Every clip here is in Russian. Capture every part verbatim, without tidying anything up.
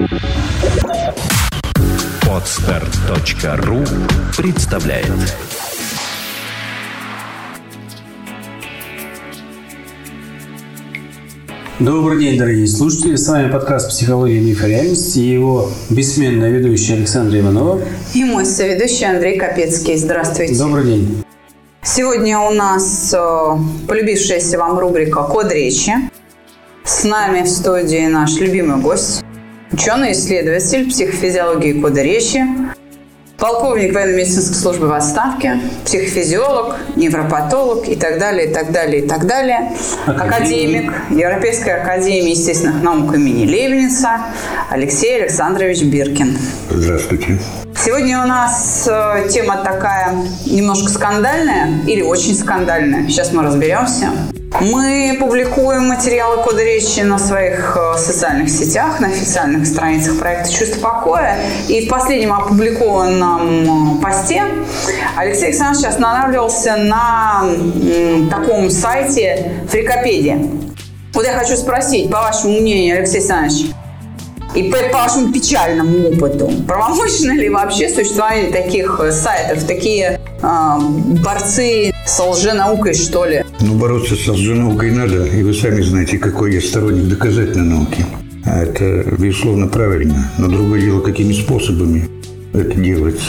Подстер точка ру представляет. Добрый день, дорогие слушатели. С вами подкаст «Психология, миф и реальность» и его бессменная ведущая Александра Иванова. И мой соведущий Андрей Капецкий. Здравствуйте. Добрый день. Сегодня у нас э, полюбившаяся вам рубрика «Код речи». С нами в студии наш любимый гость, ученый-исследователь психофизиологии кода речи, полковник военно-медицинской службы в отставке, психофизиолог, невропатолог и так далее, и так далее, и так далее. Академик Европейской академии естественных наук имени Лейбница Алексей Александрович Биркин. Здравствуйте. Сегодня у нас э, тема такая немножко скандальная или очень скандальная. Сейчас мы разберемся. Мы публикуем материалы кода речи на своих э, социальных сетях, на официальных страницах проекта «Чувство покоя». И в последнем опубликованном посте Алексей Александрович останавливался на м, таком сайте «Фрикопедия». Вот я хочу спросить, по вашему мнению, Алексей Александрович, и по, по вашему печальному опыту, правомочно ли вообще существование таких сайтов, такие э, борцы с лженаукой, что ли? Ну, бороться с лженаукой надо, и вы сами знаете, какой я сторонник доказательной науки. А это, безусловно, правильно, но другое дело, какими способами это делается.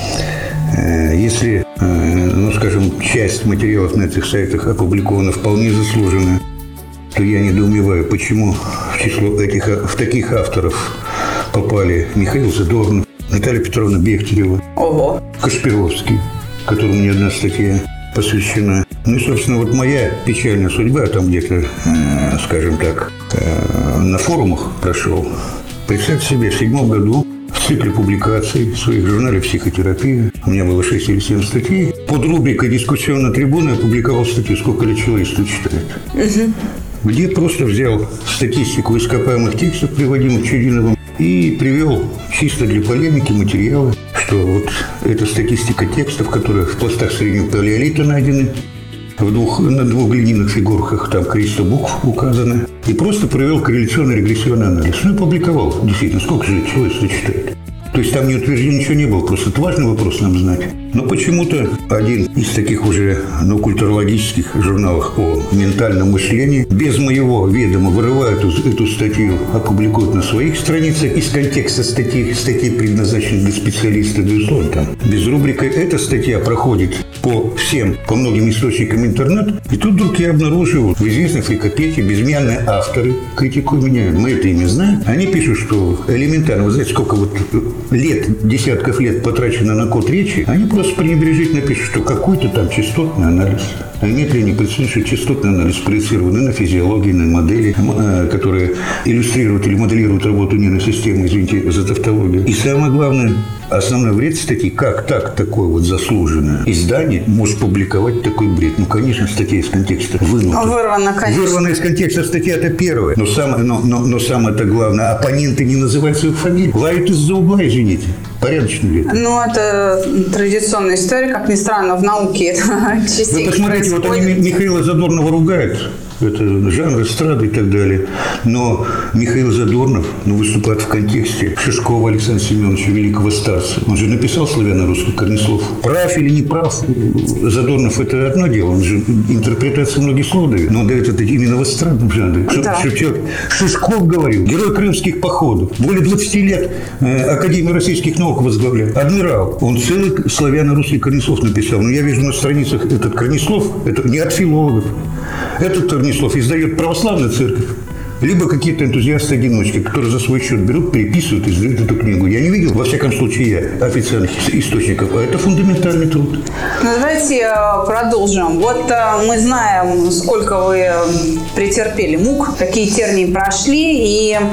Если, ну, скажем, часть материалов на этих сайтах опубликована вполне заслуженно, то я недоумеваю, почему в число этих, в таких авторов попали Михаил Задорнов, Наталья Петровна Бехтерева, Ого. Кашпировский, которому ни одна статья посвящена. Ну и, собственно, вот моя печальная судьба, там где-то, э, скажем так, э, на форумах прошел. Представьте себе, в седьмом году в цикле публикаций в своих журнале «Психотерапия» у меня было шесть или семь статей. Под рубрикой «Дискуссионная трибуна» я публиковал статью «Сколько лет человечество читает». Угу. Где просто взял статистику ископаемых текстов, приводимых Чудиновым, и привел чисто для полемики материалы, что вот эта статистика текстов, которые в пластах среднего палеолита найдены, в двух, на двух глиняных фигурках, там количество букв указано, и просто провел корреляционно-регрессионный анализ. Ну и публиковал, действительно, сколько же человечество читает. То есть там не утверждения ничего не было, просто это важный вопрос нам знать. Но почему-то один из таких уже, ну, культурологических журналов о ментальном мышлении без моего ведома вырывает эту, эту статью, опубликуют на своих страницах из контекста статьи, статьи предназначенной для специалистов, безусловно, там. Без рубрики эта статья проходит по всем, по многим источникам интернет, и тут вдруг я обнаружил в известной Фрикопедии безымянные авторы, критикуют меня, мы это имя знаем, они пишут, что элементарно, вы знаете, сколько вот лет, десятков лет потрачено на код речи, они просто пренебрежительно пишут, что какой-то там частотный анализ. А нет ли они представляют, что частотный анализ проецирован на физиологии, на модели, которые иллюстрируют или моделируют работу нервной системы, извините за тавтологию. И самое главное, основной вред статьи, как так такое вот заслуженное издание может публиковать такой бред? Ну, конечно, статья из контекста вынута. Вырвана, конечно. Вырвана из контекста статья – это первое. Но самое, но, но, но самое-то главное, оппоненты не называют свою фамилию. Лают из-за угла, извините. Порядочно ли это? Ну, это традиционная история, как ни странно, в науке это частенько. Вы посмотрите, вот они Михаила Задорнова ругают. Это жанр эстрады и так далее. Но Михаил Задорнов, ну, выступает в контексте Шишкова Александра Семеновича, великого старца. Он же написал славяно-русский корнеслов. Прав или не прав Задорнов – это одно дело. Он же интерпретацию многих слов дает. Но он дает это именно в эстрадном жанре. Да. Чтобы человек Шишков говорил, герой крымских походов, более двадцати лет э, Академию российских наук возглавляет. Адмирал. Он целый славяно-русский корнеслов написал. Но я вижу на страницах этот корнеслов, это не от филологов. Этот Корнеслов издает православная церковь, либо какие-то энтузиасты-одиночки, которые за свой счет берут, переписывают и издают эту книгу. Я не видел, во всяком случае, я официальных источников, а это фундаментальный труд. Ну, давайте продолжим. Вот мы знаем, сколько вы претерпели мук, какие тернии прошли, и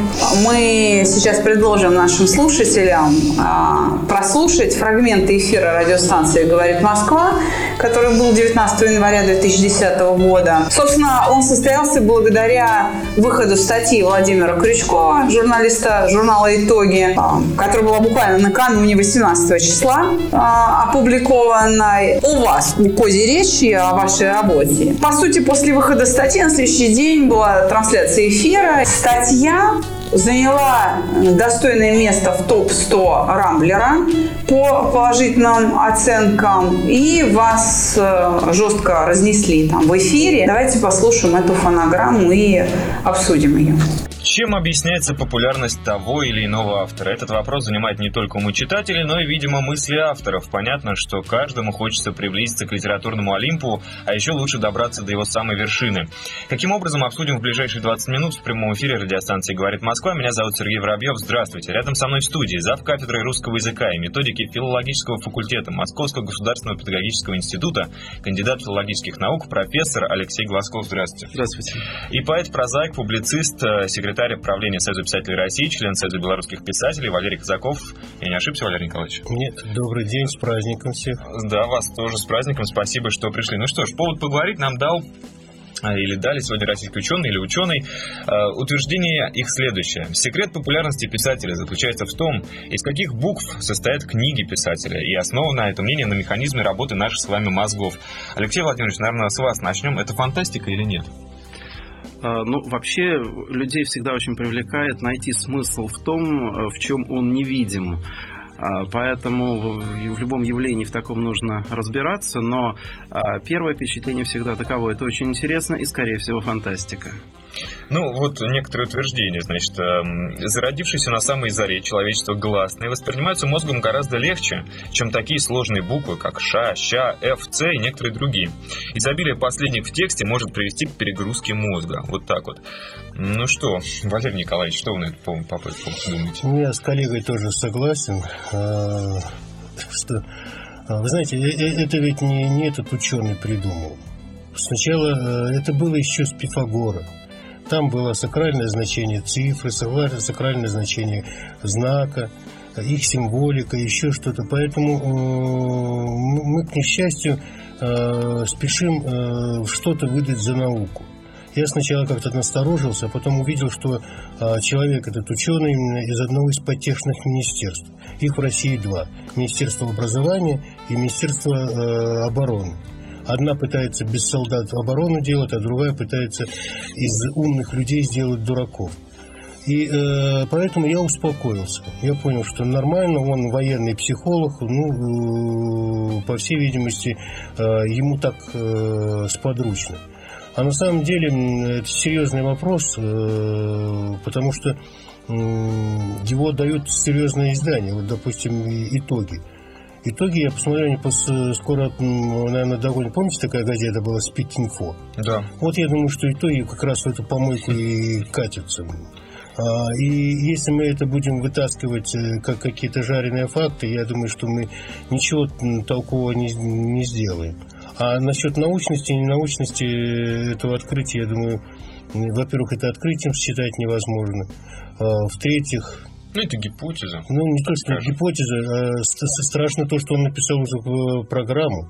мы сейчас предложим нашим слушателям прослушать фрагменты эфира радиостанции «Говорит Москва», который был девятнадцатого января две тысячи десятого года. Собственно, он состоялся благодаря выходу статьи Владимира Крючкова, журналиста журнала «Итоги», которая была буквально накануне восемнадцатого числа опубликована у вас, у Коди речи, о вашей работе. По сути, после выхода статьи на следующий день была трансляция эфира. Статья заняла достойное место в топ сто Рамблера по положительным оценкам, и вас жестко разнесли там в эфире. Давайте послушаем эту фонограмму и обсудим ее. Чем объясняется популярность того или иного автора? Этот вопрос занимает не только умы читателей, но и, видимо, мысли авторов. Понятно, что каждому хочется приблизиться к литературному Олимпу, а еще лучше добраться до его самой вершины. Каким образом, обсудим в ближайшие двадцать минут в прямом эфире радиостанции «Говорит Москва». Меня зовут Сергей Воробьев. Здравствуйте. Рядом со мной в студии завкафедрой русского языка и методики филологического факультета Московского государственного педагогического института, кандидат филологических наук, профессор Алексей Глазков. Здравствуйте. Здравствуйте. И поэт-прозаик, публицист, секретарь правления Союза писателей России, член Союза белорусских писателей Валерий Казаков. Я не ошибся, Валерий Николаевич? Нет, добрый день, с праздником всех. Да, вас тоже с праздником, спасибо, что пришли. Ну что ж, повод поговорить нам дал или дали сегодня российские ученые или ученый. Утверждение их следующее. Секрет популярности писателя заключается в том, из каких букв состоят книги писателя, и основано это мнение на механизме работы наших с вами мозгов. Алексей Владимирович, наверное, с вас начнем. Это фантастика или нет? Ну, вообще, людей всегда очень привлекает найти смысл в том, в чем он невидим. Поэтому в любом явлении в таком нужно разбираться, но первое впечатление всегда таково. Это очень интересно и, скорее всего, фантастика. Ну, вот некоторые утверждения, значит, зародившиеся на самой заре человечества гласные воспринимаются мозгом гораздо легче, чем такие сложные буквы, как Ш, Щ, Ф, Ц и некоторые другие. Изобилие последних в тексте может привести к перегрузке мозга. Вот так вот. Ну что, Валерий Николаевич, что вы на это по поводу думаете? Я с коллегой тоже согласен, что, вы знаете, это ведь не, не этот ученый придумал. Сначала это было еще с Пифагора. Там было сакральное значение цифры, сакральное значение знака, их символика, еще что-то. Поэтому мы, к несчастью, спешим что-то выдать за науку. Я сначала как-то насторожился, а потом увидел, что человек этот ученый именно из одного из потешных министерств. Их в России два. Министерство образования и Министерство обороны. Одна пытается без солдат оборону делать, а другая пытается из умных людей сделать дураков. И э, поэтому я успокоился. Я понял, что нормально, он военный психолог, ну, э, по всей видимости, э, ему так э, сподручно. А на самом деле это серьезный вопрос, э, потому что э, его дают серьезные издания. Вот, допустим, итоги. Итоги, я посмотрю, они пос... скоро, наверное, догонят. Помните, такая газета была «Спид-инфо»? Да. Вот я думаю, что итоги как раз в эту помойку и катятся. И если мы это будем вытаскивать как какие-то жареные факты, я думаю, что мы ничего толкового не, не сделаем. А насчет научности и ненаучности этого открытия, я думаю, во-первых, это открытием считать невозможно. В-третьих... Ну, это гипотеза. Ну, не то, что гипотеза, а страшно то, что он написал уже программу.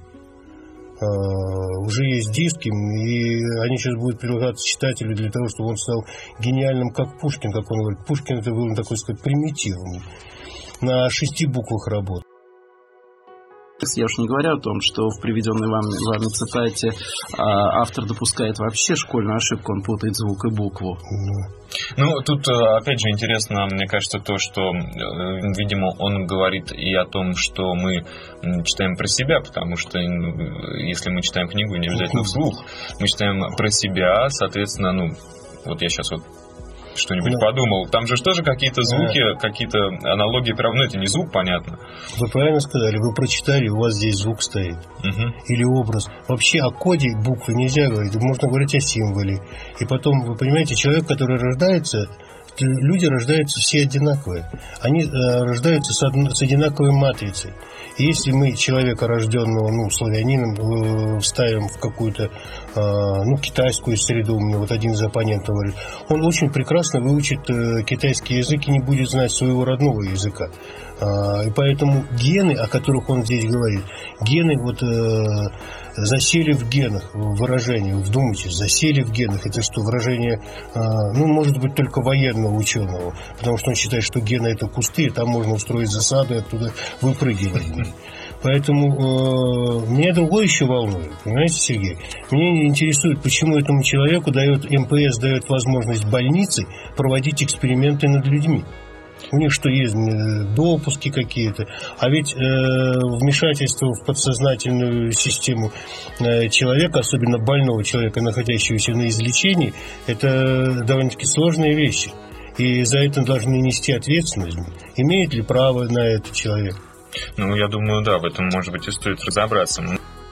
Уже есть диски, и они сейчас будут предлагаться читателю для того, чтобы он стал гениальным, как Пушкин, как он говорит. Пушкин это был, такой сказать, примитивный, на шести буквах работал. Я уж не говорю о том, что в приведенной вам, вами цитате автор допускает вообще школьную ошибку, он путает звук и букву. Ну, тут, опять же, интересно, мне кажется, то, что, видимо, он говорит и о том, что мы читаем про себя, потому что если мы читаем книгу, не обязательно вслух, мы читаем про себя, соответственно, ну, вот я сейчас вот что-нибудь ну, подумал. Там же тоже какие-то звуки, да. какие-то аналогии. Ну, это не звук, понятно. Вы правильно сказали. Вы прочитали, у вас здесь звук стоит. Угу. Или образ. Вообще о коде буквы нельзя говорить. Можно говорить о символе. И потом, вы понимаете, человек, который рождается... Люди рождаются все одинаковые. Они э, рождаются с, од... с одинаковой матрицей. И если мы человека, рожденного ну, славянином, э, вставим в какую-то э, ну, китайскую среду, мне вот один из оппонентов говорит, он очень прекрасно выучит э, китайский язык и не будет знать своего родного языка. Э, и поэтому гены, о которых он здесь говорит, гены вот... Э, засели в генах, выражение, вдумайтесь, засели в генах. Это что, выражение, ну, может быть, только военного ученого, потому что он считает, что гены это кусты, и там можно устроить засаду и оттуда выпрыгивать. Поэтому э, меня другое еще волнует, понимаете, Сергей? Меня интересует, почему этому человеку дает, эм пэ эс дает возможность больнице проводить эксперименты над людьми. У них что есть, допуски какие-то. А ведь э, вмешательство в подсознательную систему э, человека, особенно больного человека, находящегося на излечении, это довольно-таки сложные вещи. И за это должны нести ответственность. Имеет ли право на это человек? Ну, я думаю, да, в этом, может быть, и стоит разобраться.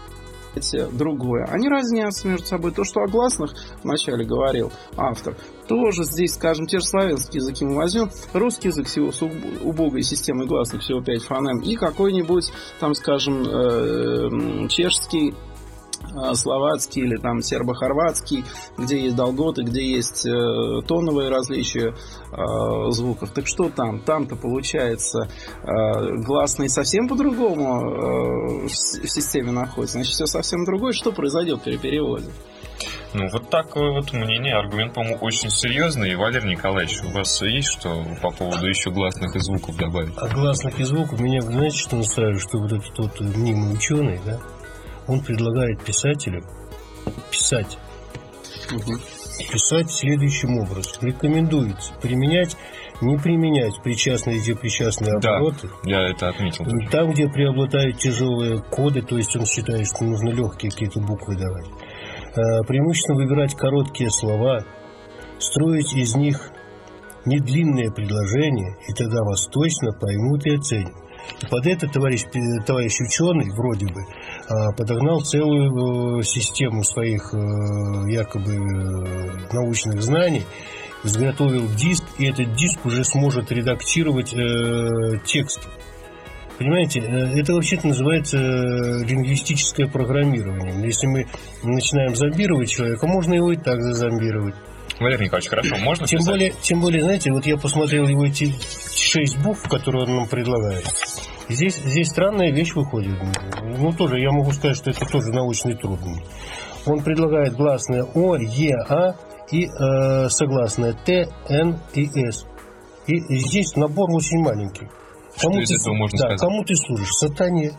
Другое. Они разнятся между собой. То, что о гласных вначале говорил автор, тоже здесь, скажем, те же славянские языки мы возьмем. Русский язык всего с убогой системой гласных, всего пять фонем. И какой-нибудь, там, скажем, чешский, словацкий или там сербо-хорватский, где есть долготы, где есть э, тоновые различия э, звуков. Так что там? Там-то получается э, гласные совсем по-другому э, в системе находятся. Значит, все совсем другое. Что произойдет при переводе? Ну, вот такое вот мнение. Аргумент, по-моему, очень серьезный. Валерий Николаевич, у вас есть что по поводу еще гласных и звуков добавить? От гласных и звуков меня, знаете, что настраивает, что вот этот вот мнимый ученый, да, он предлагает писателю писать. Угу. Писать следующим образом. Рекомендуется применять, не применять причастные, где причастные обороты. Да, я это отметил. Там, где преобладают тяжелые коды, то есть он считает, что нужно легкие какие-то буквы давать. Преимущественно выбирать короткие слова, строить из них недлинные предложения, и тогда вас точно поймут и оценят. И под это товарищ, товарищ ученый, вроде бы, подогнал целую систему своих якобы научных знаний, изготовил диск, и этот диск уже сможет редактировать текст. Понимаете, это вообще-то называется лингвистическое программирование. Если мы начинаем зомбировать человека, можно его и так зазомбировать. Валерий Николаевич, хорошо, можно тем писать? более, тем более, знаете, вот я посмотрел его эти шесть букв, которые он нам предлагает. Здесь, здесь странная вещь выходит. Ну, тоже, я могу сказать, что это тоже научный труд. Он предлагает гласные О, Е, А и э, согласные Т, Н и С. И здесь набор очень маленький. Кому что из ты, этого можно да, сказать? Кому ты служишь? Сатане.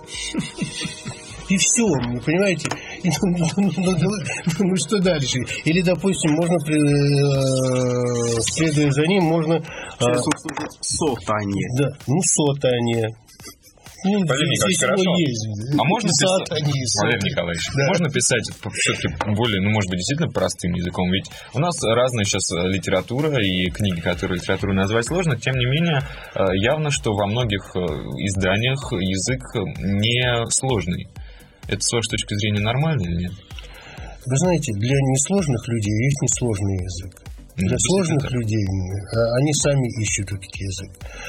И все, понимаете? И, ну, ну, ну, ну, ну что дальше? Или, допустим, можно, следуя за ним, можно... Сейчас он служит сотане. Да, ну сотане. Ну, Валерий Николаевич, хорошо. Есть. А можно писать, Сатане, Валерий Николаевич, да. можно писать все-таки более, ну, может быть, действительно простым языком? Ведь у нас разная сейчас литература и книги, которые литературу назвать сложно, тем не менее, явно, что во многих изданиях язык не сложный. Это, с вашей точки зрения, нормально или нет? Вы знаете, для несложных людей есть несложный язык. Для сложных людей они сами ищут этот язык.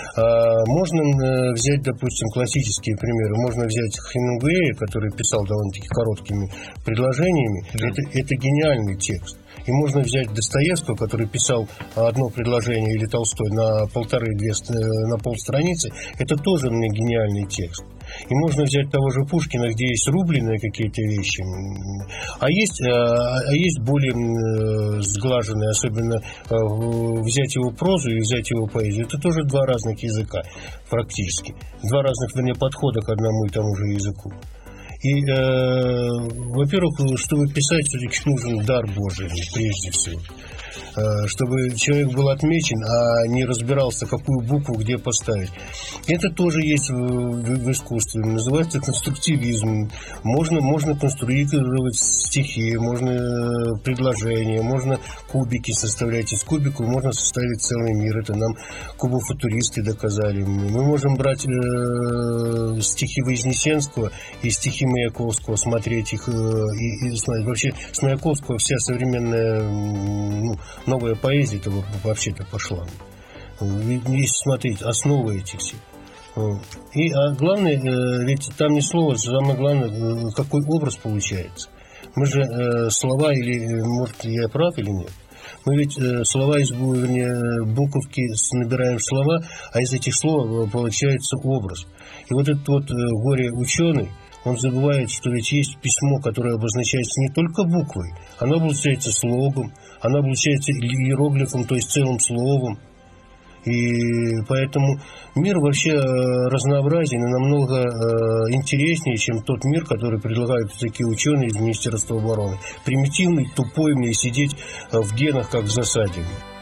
Можно взять, допустим, классические примеры. Можно взять Хемингуэя, который писал довольно-таки короткими предложениями. Да. Это, это гениальный текст. И можно взять Достоевского, который писал одно предложение, или Толстой на полторы-две, на полстраницы. Это тоже мне гениальный текст. И можно взять того же Пушкина, где есть рубленые какие-то вещи, а есть, а есть более сглаженные, особенно взять его прозу и взять его поэзию. Это тоже два разных языка практически. Два разных, вернее, подхода к одному и тому же языку. И, э, во-первых, чтобы писать, все-таки нужен дар Божий, прежде всего. Э, чтобы человек был отмечен, а не разбирался, какую букву где поставить. Это тоже есть в, в, в искусстве. Называется конструктивизм. Можно, можно конструировать стихи, можно предложения, можно кубики составлять. Из кубиков можно составить целый мир. Это нам кубофутуристы доказали. Мы можем брать э, стихи Вознесенского и стихи Маяковского, смотреть их и, и смотреть. Вообще с Маяковского вся современная, ну, новая поэзия это вообще-то пошла. Если смотреть основы этих всех. И а главное, ведь там не слово, самое главное, какой образ получается. Мы же э, слова, или, может, я прав или нет? Мы ведь э, слова из, вернее, буковки набираем слова, а из этих слов получается образ. И вот этот вот э, горе-ученый, он забывает, что ведь есть письмо, которое обозначается не только буквой, оно обозначается слогом, оно обозначается иероглифом, то есть целым словом. И поэтому мир вообще разнообразен и намного интереснее, чем тот мир, который предлагают такие ученые из Министерства обороны. Примитивный, тупой, мне сидеть в генах, как в засаде.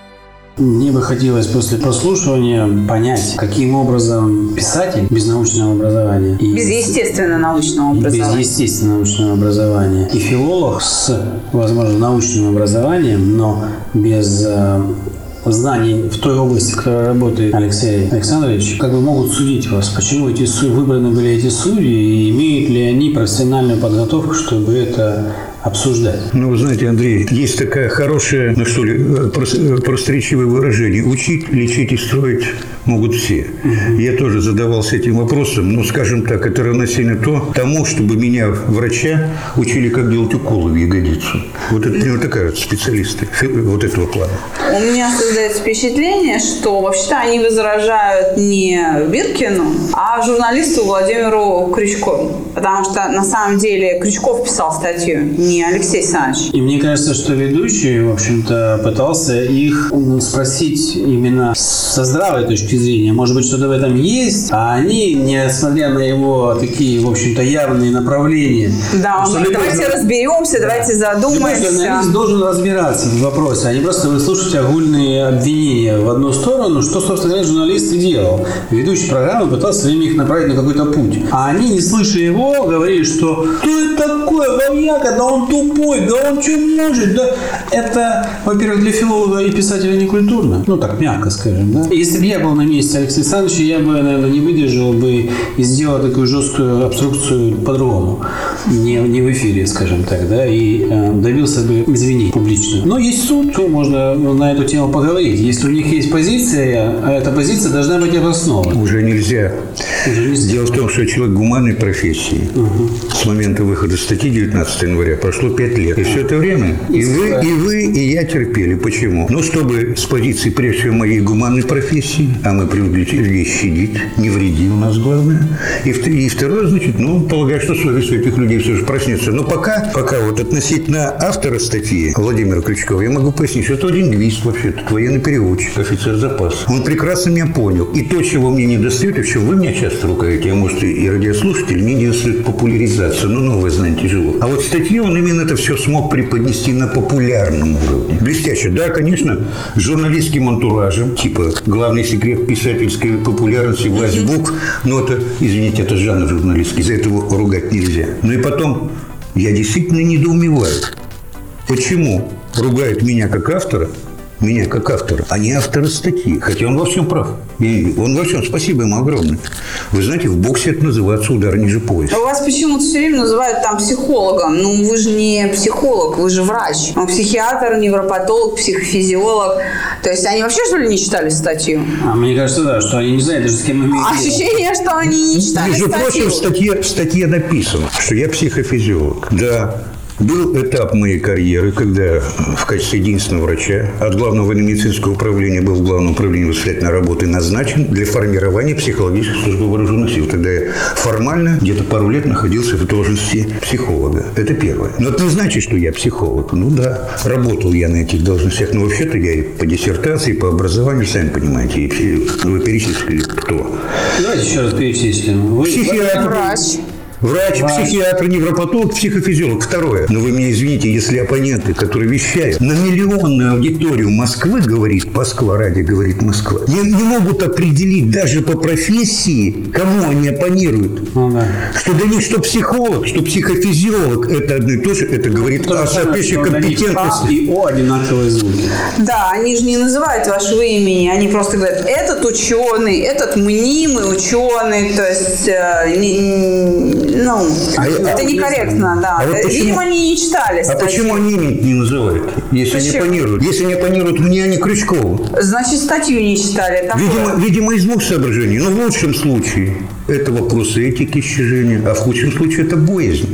Мне бы хотелось после прослушивания понять, каким образом писатель без научного образования и без естественно научного образования, без естественно научного образования и филолог с, возможно, научным образованием, но без э, знаний в той области, в которой работает Алексей Александрович, как бы могут судить вас? Почему эти выбраны были эти судьи и имеют ли они профессиональную подготовку, чтобы это обсуждать? Ну, вы знаете, Андрей, есть такое хорошее, ну что ли, просторечивое выражение. Учить, лечить и строить могут все. Угу. Я тоже задавался этим вопросом. Ну, скажем так, это равносильно то, тому, чтобы меня, врача, учили, как делать уколы в ягодицу. Вот это примерно такая вот специалисты вот этого плана. У меня создается впечатление, что вообще-то они возражают не Биркину, а журналисту Владимиру Крючкову. Потому что на самом деле Крючков писал статью, не Алексей Александрович. И мне кажется, что ведущий, в общем-то, пытался их спросить именно со здравой точки зрения. Может быть, что-то в этом есть, а они, несмотря на его такие, в общем-то, явные направления. Да, мы, давайте любой... разберемся, да. давайте задумаемся. Любой журналист должен разбираться в вопросе, а не просто выслушать огульные обвинения в одну сторону, что, собственно говоря, журналист и делал. Ведущий программы пытался время их направить на какой-то путь. А они, не слыша его, говорили, что «Кто это такой, вояка? Да он тупой, да он что может?» Да это, во-первых, для филолога и писателя не культурно. Ну, так, мягко скажем, да? Если бы я был на месте Алексея Александровича, я бы, наверное, не выдержал бы и сделал такую жесткую обструкцию по-другому. Не, не в эфире, скажем так, да, и э, добился бы извинений публично. Но есть суд, то можно на эту тему поговорить. Если у них есть позиция, а эта позиция должна быть обоснована. Уже нельзя. Уже нельзя. Дело в том, что человек гуманной профессии. Угу. С момента выхода статьи девятнадцатого января прошло пять лет. И все это время и вы, и вы, и я терпели. Почему? Ну, чтобы с позиции, прежде всего, моей гуманной профессии, а мы привыкли людей щадить, не вреди у нас главное. И, и второе, значит, ну, полагаю, что совесть у этих людей все же проснется. Но пока, пока вот относительно автора статьи Владимира Крючкова, я могу пояснить, что это лингвист вообще-то, военный переводчик, офицер запаса. Он прекрасно меня понял. И то, чего мне не достает, и в чем вы меня часто ругаете, а может и радиослушатели, мне не достает популяризация. Ну, новое знание тяжело. А вот в статье он именно это все смог преподнести на популярном уровне. Блестяще. Да, конечно, с журналистским антуражем, типа главный секрет писательской популярности, власть букв, но это, извините, это жанр журналистский, за этого ругать нельзя. Ну и потом, я действительно недоумеваю, почему ругают меня как автора, меня как автора, а не автора статьи. Хотя он во всем прав. И он во всем. Спасибо ему огромное. Вы знаете, в боксе это называется удар ниже пояса. У вас почему-то все время называют там психологом. Ну, вы же не психолог, вы же врач. Он психиатр, невропатолог, психофизиолог. То есть они вообще, что ли, не читали статью? А мне кажется, да, что они не знают даже, с кем имеют дело. Ощущение, что они не читали Между статью. Между прочим, в статье, в статье написано, что я психофизиолог. Да. Был этап моей карьеры, когда в качестве единственного врача от Главного военно-медицинского управления был в Главном управлении воспитательной работы назначен для формирования психологической службы вооруженных сил. Тогда я формально где-то пару лет находился в должности психолога. Это первое. Но это не значит, что я психолог. Ну да, работал я на этих должностях. Но вообще-то я и по диссертации, и по образованию, сами понимаете, и вы перечислили кто. Давайте еще раз перечислим. Вы психиатр. Врач. Врач, Врач, психиатр, невропатолог, психофизиолог. Второе. Но вы меня извините, если оппоненты, которые вещают на миллионную аудиторию Москвы, говорит Москва, ради говорит Москва, не, не могут определить даже по профессии, кому они оппонируют. Ну, да. Что для них, что психолог, что психофизиолог, это одно и то же, это говорит ну, о соответствующей компетентности. А и О одинаковые звуки. Да, они же не называют вашего имени, они просто говорят, этот ученый, этот мнимый ученый, то есть... Э, не, Ну, а это я, некорректно, а, да. А вот почему, видимо, они не читали статью. А почему они не называют, если почему? они оппонируют? Если они оппонируют мне, а не Крючкову. Значит, статью не читали. Видимо, видимо, из двух соображений. Но в лучшем случае это вопрос этики, щажения, а в худшем случае это боязнь.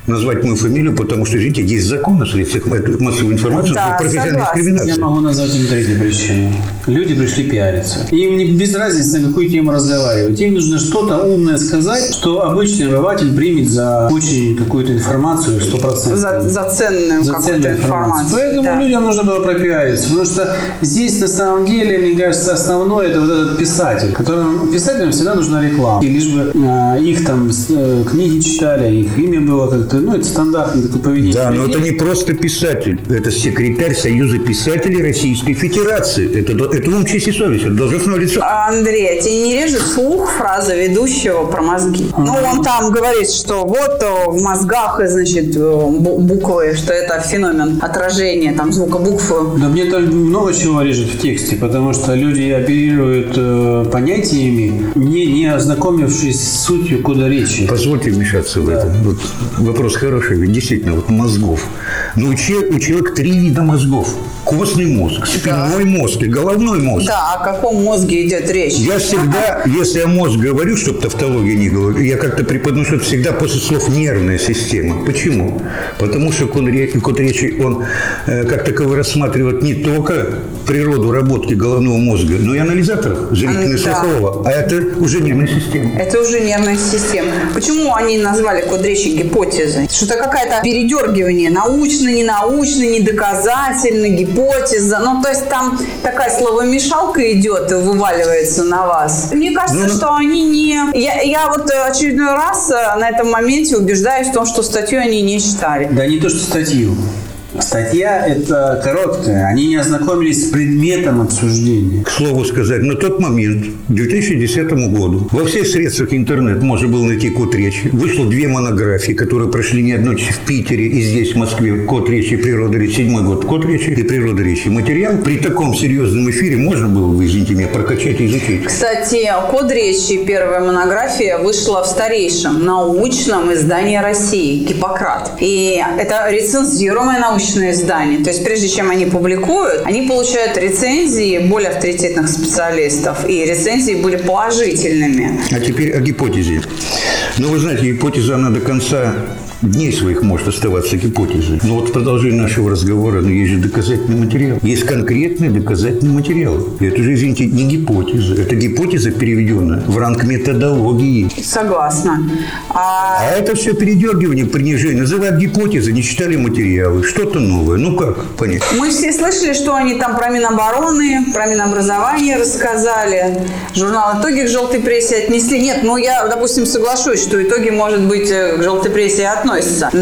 назвать мою фамилию, потому что, видите, есть закон о средствах массовой информации, да, про профессиональную дискриминацию. Я могу назвать им третью причину. Люди пришли пиариться. Им не без разницы, на какую тему разговаривать. Им нужно что-то умное сказать, что обычный обыватель примет за очень какую-то информацию сто процентов. За, за ценную за какую-то ценную информацию. Поэтому да. людям нужно было пропиариться. Потому что здесь, на самом деле, мне кажется, основное это вот этот писатель. Которым, писателям всегда нужна реклама. И лишь бы э, их там э, книги читали, их имя было как-то, ну, это стандартное такое поведение. Да, но это не просто писатель. Это секретарь Союза писателей Российской Федерации. Это, это ум, честь и совесть. Это должностное лицо. Андрей, тебе не режет слух фраза ведущего про мозги? Mm-hmm. Ну, он там говорит, что вот в мозгах, значит, буквы, что это феномен отражения там звука букв. Да мне там много чего режет в тексте, потому что люди оперируют э, понятиями, не, не ознакомившись с сутью кода речи. Позвольте вмешаться в да. это. Вот вопрос хороший, ведь действительно, вот мозгов. Но у человека, у человека три вида мозгов. Костный мозг, спинной да. мозг и головной мозг. Да, о каком мозге идет речь? Я всегда, если о мозг говорю, чтобы тавтология не говорю, я как-то преподношу это всегда после слов «нервная система». Почему? Потому что код речи, он э, как таковой рассматривает не только природу работки головного мозга, но и анализаторов зрительно-слухового. Да. А это уже нервная система. Это уже нервная система. Почему они назвали код речи гипотезой? Что-то какое-то передергивание. Научно, ненаучно, недоказательно, гипотеза. Ну, то есть там такая словомешалка идет и вываливается на вас. Мне кажется, ну, что они не... Я, я вот очередной раз на этом моменте убеждаюсь в том, что статью они не читали. Да не то, что статью. Статья – это короткая. Они не ознакомились с предметом обсуждения. К слову сказать, на тот момент, к две тысячи десятому году, во всех средствах интернет можно было найти код речи. Вышло две монографии, которые прошли не одну в Питере и здесь, в Москве. Код речи и природа речи. Седьмой год. Код речи и природа речи. Материал при таком серьезном эфире можно было, вы извините меня, прокачать и изучить. Кстати, код речи, первая монография, вышла в старейшем научном издании России «Гиппократ». И это рецензируемое научное издание. То есть, прежде чем они публикуют, они получают рецензии более авторитетных специалистов. И рецензии были положительными. А теперь о гипотезе. Ну, вы знаете, гипотеза, она до конца дней своих может оставаться гипотезой. Но вот в продолжении нашего разговора, ну, есть же доказательный материал. Есть конкретный доказательный материал. И это же, извините, не гипотеза. Это гипотеза, переведенная в ранг методологии. Согласна. А, а это все передергивание, принижение. Называют гипотезой, не читали материалы. Что-то новое. Ну как понять? Мы все слышали, что они там про Минобороны, про Минобразование рассказали. Журнал «Итоги» к желтой прессе отнесли. Нет, ну я, допустим, соглашусь, что итоги, может быть, к желтой прессе относятся.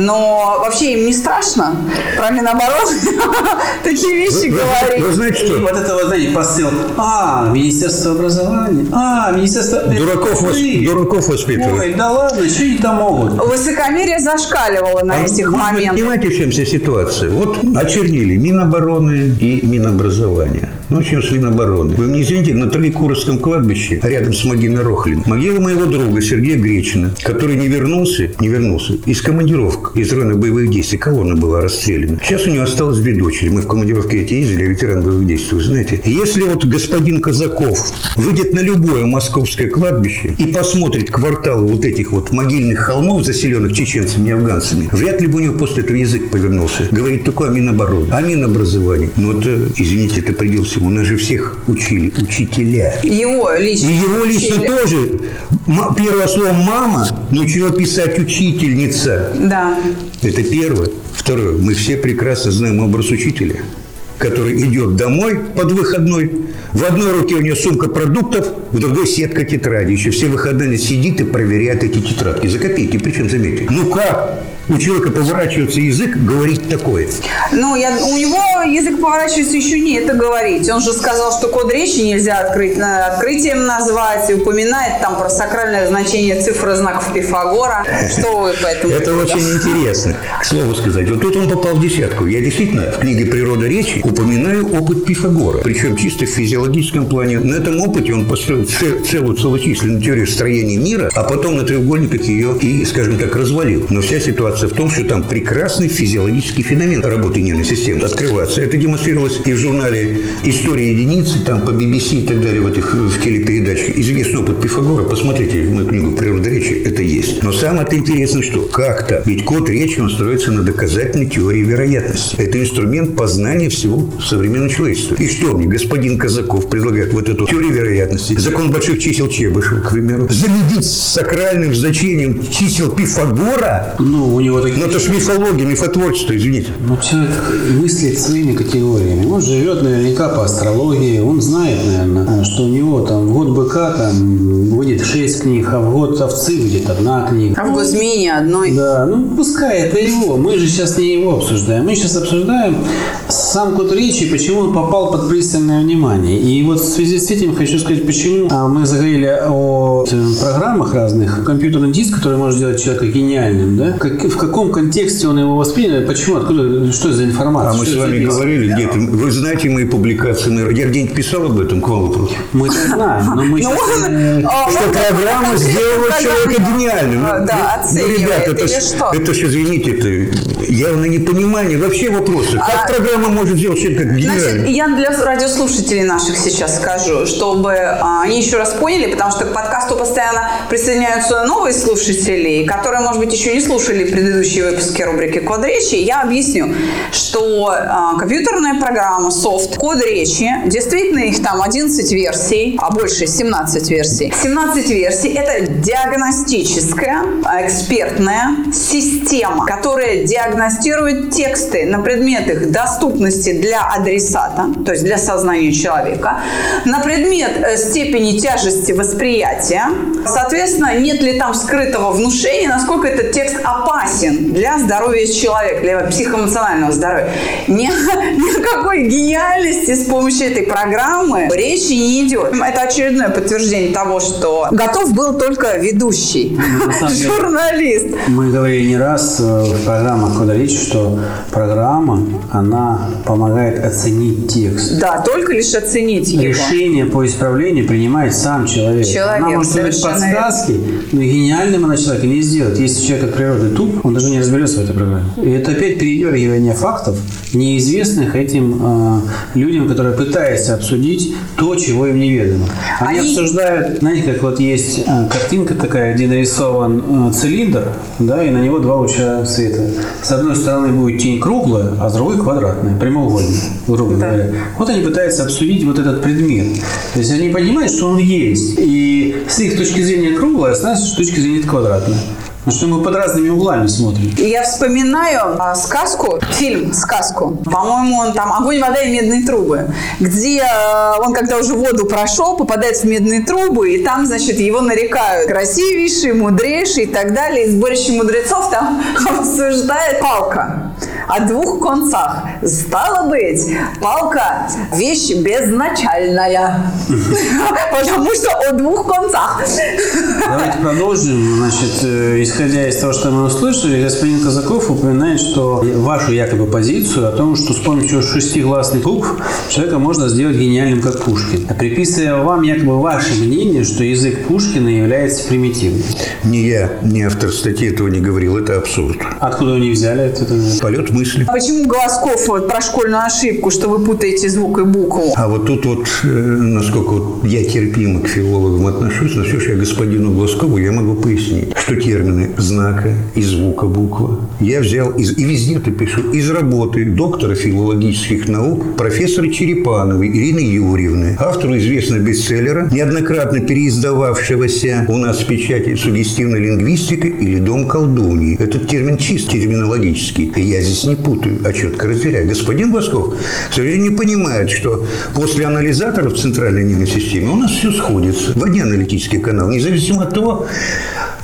Но вообще им не страшно про Минобороны такие вещи говорить. Вы знаете, что? Вот это вот, знаете, посыл. А, Министерство образования. А, Министерство... Дураков, вос... Дураков воспитывают. Ой, да ладно, что они там могут? Высокомерие зашкаливало на а этих вы моментах. Понимаете, в чем вся ситуация? Вот очернили Минобороны и Минобразования. Ну, чем с Минобороны? Вы мне извините, на Троекуровском кладбище, рядом с могилой Рохлин, могила моего друга Сергея Гречина, который не вернулся, не вернулся из командировок, из района боевых действий. Колонна была расстреляна. Сейчас у него осталось две дочери. Мы в командировке эти ездили, ветеран боевых действий, вы знаете. Если вот господин Казаков выйдет на любое московское кладбище и посмотрит кварталы вот этих вот могильных холмов, заселенных чеченцами и афганцами, вряд ли бы у него после этого язык повернулся. Говорит только о Минобороне, о Минобразовании. Но это, извините, это предел всему. У нас же всех учили учителя. Его лично. И его лично учили. Тоже. Первое слово «мама» научила писать учительница. Да. Это первое. Второе. Мы все прекрасно знаем образ учителя, который идет домой под выходной. В одной руке у него сумка продуктов, в другой сетка тетради. Еще все выходные сидит и проверяет эти тетрадки. За копейки, причем, заметьте. Ну как у человека поворачивается язык говорить такое? Ну, я, у него язык поворачивается еще не это говорить. Он же сказал, что код речи нельзя открыть, открытием назвать, и упоминает там про сакральное значение цифр и знаков Пифагора. Что вы по этому? Это очень интересно. К слову сказать, вот тут он попал в десятку. Я действительно в книге «Природа речи» упоминаю опыт Пифагора. Причем чисто в физиологическом плане. На этом опыте он построил целую целочисленную теорию строения мира, а потом на треугольниках ее и, скажем так, развалил. Но вся ситуация в том, что там прекрасный физиологический феномен работы нервной системы открывается. Это демонстрировалось и в журнале «История единицы», там по би би си и так далее, в этих в телепередачах. Известный опыт Пифагора. Посмотрите мою книгу «Природа речи», это есть. Но самое интересное, что как-то, ведь код речи, он строится на доказательной теории вероятности. Это инструмент познания всего современного человечества. И что мне господин Казаков предлагает вот эту теорию вероятности, закон больших чисел Чебышева, к примеру, зарядить с сакральным значением чисел Пифагора? Ну, у него такие... Ну, это же мифология, мифотворчество, извините. Ну, человек мыслит своими категориями. Он живет наверняка по астрологии. Он знает, наверное, что у него там в год быка там выйдет шесть книг, а в год овцы выйдет одна книга. А в год змеи одной. Да, ну, пускай это его. Мы же сейчас не его обсуждаем. Мы сейчас обсуждаем сам код речи, почему он попал под пристальное внимание. И вот в связи с этим хочу сказать, почему мы заговорили о программах разных. Компьютерный диск, который может сделать человека гениальным, да? Как, в каком контексте он его воспринял, почему, откуда, что это за информация? А мы с вами говорили где-то. Вы знаете мои публикации? Я где-нибудь писал об этом, к вам вопрос? Мы это знаем, но мы сейчас... Что программа сделала человека гениальным. Да, оценивает или что? Это же, извините, это явное непонимание вообще вопроса. Как программа может сделать человека гениальным? Значит, я для радиослушателей наших сейчас скажу, чтобы а, они еще раз поняли, потому что к подкасту постоянно присоединяются новые слушатели, которые, может быть, еще не слушали предыдущие выпуски рубрики «Код речи». Я объясню, что а, компьютерная программа, софт, код речи, действительно их там одиннадцать версий, а больше семнадцать версий. семнадцать версий – это диагностическая, экспертная система, которая диагностирует тексты на предмет их доступности для адресата, то есть для сознания человека, на предмет степени тяжести восприятия, соответственно, нет ли там скрытого внушения, насколько этот текст опасен для здоровья человека, для психоэмоционального здоровья. Ни, ни о какой гениальности с помощью этой программы речи не идет. Это очередное подтверждение того, что готов был только ведущий, журналист. Мы говорили не раз в программах «Код речи», что программа, она помогает оценить текст. Да, только лишь оценить его. Решение по исправлению принимает сам человек. Человек, она может давать подсказки, но гениальным она человека не сделает. Если человек от природы туп, он даже не разберется в этой программе. И это опять передергивание фактов, неизвестных этим э, людям, которые пытаются обсудить то, чего им неведомо. Они, Они... обсуждают, знаете, как вот есть э, картинка такая, где нарисован э, цилиндр, да, и на него два луча света. С одной стороны будет тень круглая, а с другой квадратная, прямоугольная, грубо да. говоря. Вот они пытаются обсудить вот этот предмет. То есть они понимают, что он есть. И с их точки зрения круглая, а с нашей точки зрения квадратная. Потому что мы под разными углами смотрим. Я вспоминаю а, сказку, фильм «Сказку». По-моему, он там «Огонь, вода и медные трубы», где а, он, когда уже воду прошел, попадает в медные трубы, и там, значит, его нарекают красивейший, мудрейший и так далее. И сборище мудрецов там обсуждает палка о двух концах. Стало быть, палка – вещь безначальная, потому что о двух концах. Давайте продолжим. Значит, исходя из того, что мы услышали, господин Казаков упоминает, что вашу якобы позицию о том, что с помощью шестигласных букв человека можно сделать гениальным, как Пушкин. Приписывая вам якобы ваше мнение, что язык Пушкина является примитивным. Не я, не автор статьи этого не говорил. Это абсурд. Откуда они взяли это? Полет мысли. Почему Глазков вот про школьную ошибку, что вы путаете звук и букву? А вот тут вот, э, насколько вот я терпимо к филологам отношусь, но все же я господину Глазкову я могу пояснить, что термины знака и звука буква я взял из, и везде это пишу, из работы доктора филологических наук профессора Черепановой Ирины Юрьевны, автору известного бестселлера, неоднократно переиздававшегося у нас в печати «Суггестивная лингвистика» или «Дом колдуньи». Этот термин чисто терминологический. И я здесь не путаю, а четко разделяю. Господин Глазков, к сожалению, не понимает, что после анализаторов в центральной нервной системе у нас все сходится в один аналитический канал, независимо от того,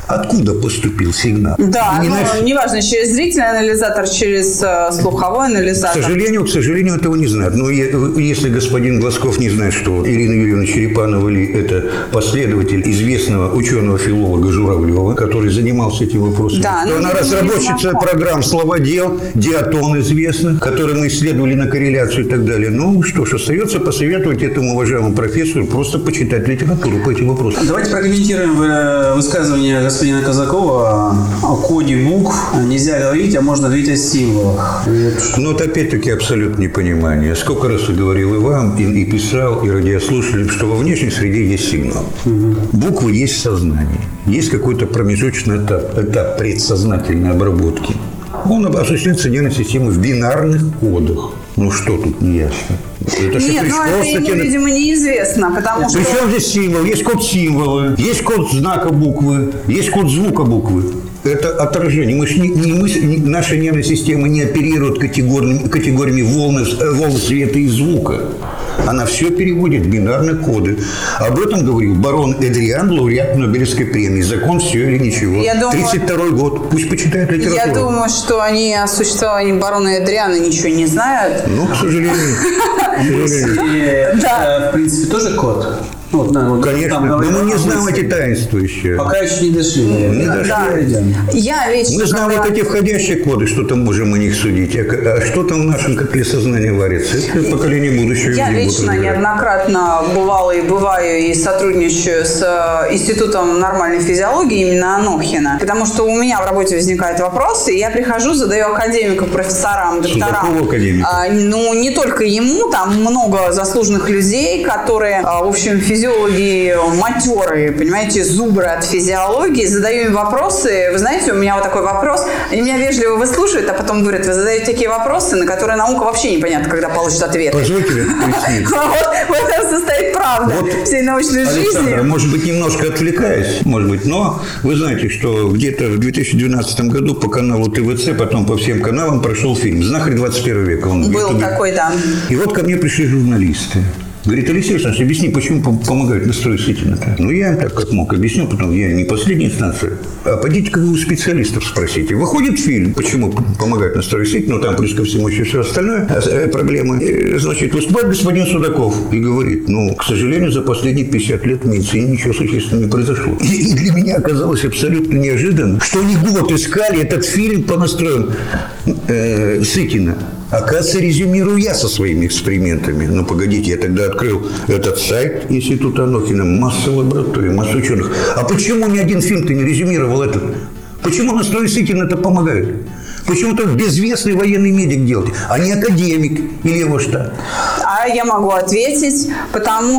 Откуда поступил сигнал? Да, Не ну, наш... неважно, через зрительный анализатор, через э, слуховой анализатор. К сожалению, к сожалению, этого не знают. Но если господин Глазков не знает, что Ирина Юрьевна Черепанова это последователь известного ученого-филолога Журавлева, который занимался этим вопросом, да, то она разработчица программ «Словодел», «Диатон» известных, которые мы исследовали на корреляцию и так далее. Ну что ж, остается посоветовать этому уважаемому профессору просто почитать литературу по этим вопросам. Давайте прокомментируем высказывание господина Казакова о коде букв. Нельзя говорить, а можно говорить о символах. Ну, вот опять-таки абсолютное непонимание. Сколько раз я говорил и вам, и, и писал, и радиослушателям, что во внешней среде есть сигнал. Угу. Буквы есть сознание. Есть какой-то промежуточный этап, этап предсознательной обработки. Он осуществляется нервной системой в бинарных кодах. Ну, что тут не ясно? Это Нет, ну это ему, тебе... видимо, неизвестно, потому что... Причем здесь символ? Есть код символа, есть код знака буквы, есть код звука буквы. Это отражение. Мы, не, не, мы, не, наша нервная система не оперирует категориями, категориями волны, волн света и звука. Она все переводит в бинарные коды. Об этом говорил барон Эдриан, лауреат Нобелевской премии. Закон все или ничего. тридцать второй год. Пусть почитает литературу. Я думаю, что они о существовании барона Эдриана ничего не знают. Ну, к сожалению. В принципе, тоже код. Вот, да, вот, конечно, но мы не знаем эти таинства еще. Пока еще не дошли. Не дошли. Да. Я лично... Мы знаем когда... вот эти входящие коды, что там можем о них судить. А что там в нашем котле сознания варится? Это поколение будущего. Я лично неоднократно бывала и бываю и сотрудничаю с Институтом нормальной физиологии именно Анохина. Потому что у меня в работе возникают вопросы, и я прихожу, задаю академикам, профессорам, докторам. А, ну, не только ему, там много заслуженных людей, которые, в общем, физиологи матерые, понимаете, зубры от физиологии, задаю им вопросы. Вы знаете, у меня вот такой вопрос. Они меня вежливо выслушивают, а потом говорят, вы задаете такие вопросы, на которые наука вообще непонятно, когда получит ответ. Позвольте пояснить. В этом состоит правда всей научной жизни. Может быть, немножко отвлекаясь, может быть, но вы знаете, что где-то в две тысячи двенадцатом году по каналу ТВЦ, потом по всем каналам прошел фильм «Знахарь двадцать первого века». Был такой, да. И вот ко мне пришли журналисты. Говорит, Алексей Александрович, объясни, почему помогают настроить Сытина-то? Ну, я им так как мог объяснил, потом я не последняя инстанция. А пойдите-ка вы у специалистов спросите. Выходит фильм, почему помогают настроить Сытина, ну, там, плюс ко всему, еще все остальное, проблемы. И, значит, выступает господин Судаков и говорит, ну, к сожалению, за последние пятьдесят лет в медицине ничего существенного не произошло. И, и для меня оказалось абсолютно неожиданно, что они год искали этот фильм по настроям э, Сытина. Оказывается, резюмирую я со своими экспериментами. Ну, погодите, я тогда открыл этот сайт Института Анохина. Масса лабораторий, масса ученых. А почему ни один фильм ты не резюмировал этот? Почему настрой Сытина это помогает? Почему только безвестный военный медик делать, а не академик или его штат? А я могу ответить, потому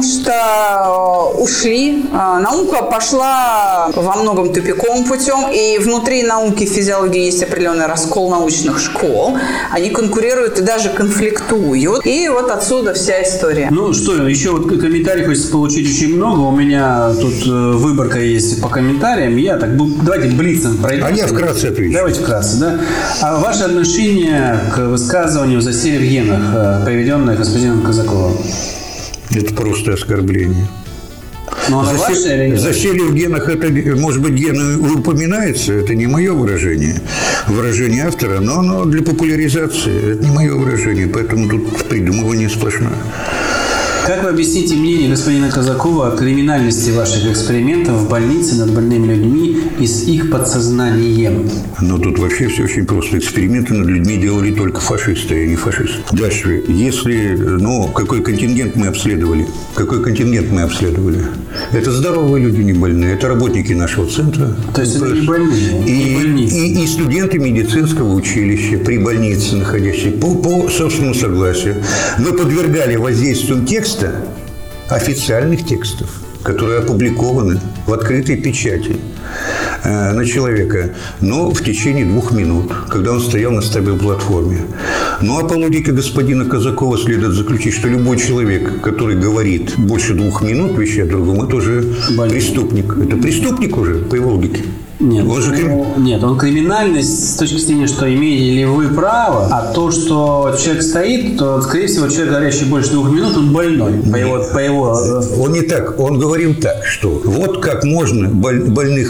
что ушли. Наука пошла во многом тупиковым путем, и внутри науки физиологии есть определенный раскол научных школ. Они конкурируют и даже конфликтуют. И вот отсюда вся история. Ну что, еще вот комментарий хочется получить очень много. У меня тут выборка есть по комментариям. Я так, давайте блицем пройдем. А я вкратце отвечу. Давайте вкратце, да. А ваше отношение к высказыванию засилия в генах, приведенное господином Казаковым? Это просто оскорбление. Но оно ваше или нет? Засилие в генах, это, может быть, гены упоминается, это не мое выражение, выражение автора, но оно для популяризации, это не мое выражение, поэтому тут придумывание сплошное. Как вы объясните мнение господина Казакова о криминальности ваших экспериментов в больнице над больными людьми и с их подсознанием? Ну, тут вообще все очень просто. Эксперименты над людьми делали только фашисты, а не фашисты. Дальше. Если, ну, какой контингент мы обследовали? Какой контингент мы обследовали? Это здоровые люди, не больные. Это работники нашего центра. То есть это не больные? И, и, и студенты медицинского училища при больнице находящиеся по, по собственному согласию. Мы подвергали воздействию текста, официальных текстов, которые опубликованы в открытой печати э, на человека, но в течение двух минут, когда он стоял на стабил-платформе. Ну, а по логике господина Казакова следует заключить, что любой человек, который говорит больше двух минут, вещает другому, это уже Больной. преступник. Это преступник уже, по его логике. Нет, он же крим... нет, он криминальность с точки зрения, что имеете ли вы право, а то, что человек стоит, то, скорее всего, человек, говорящий больше двух минут, он больной. По его, по его... Он не так, он говорил так, что вот как можно больных людей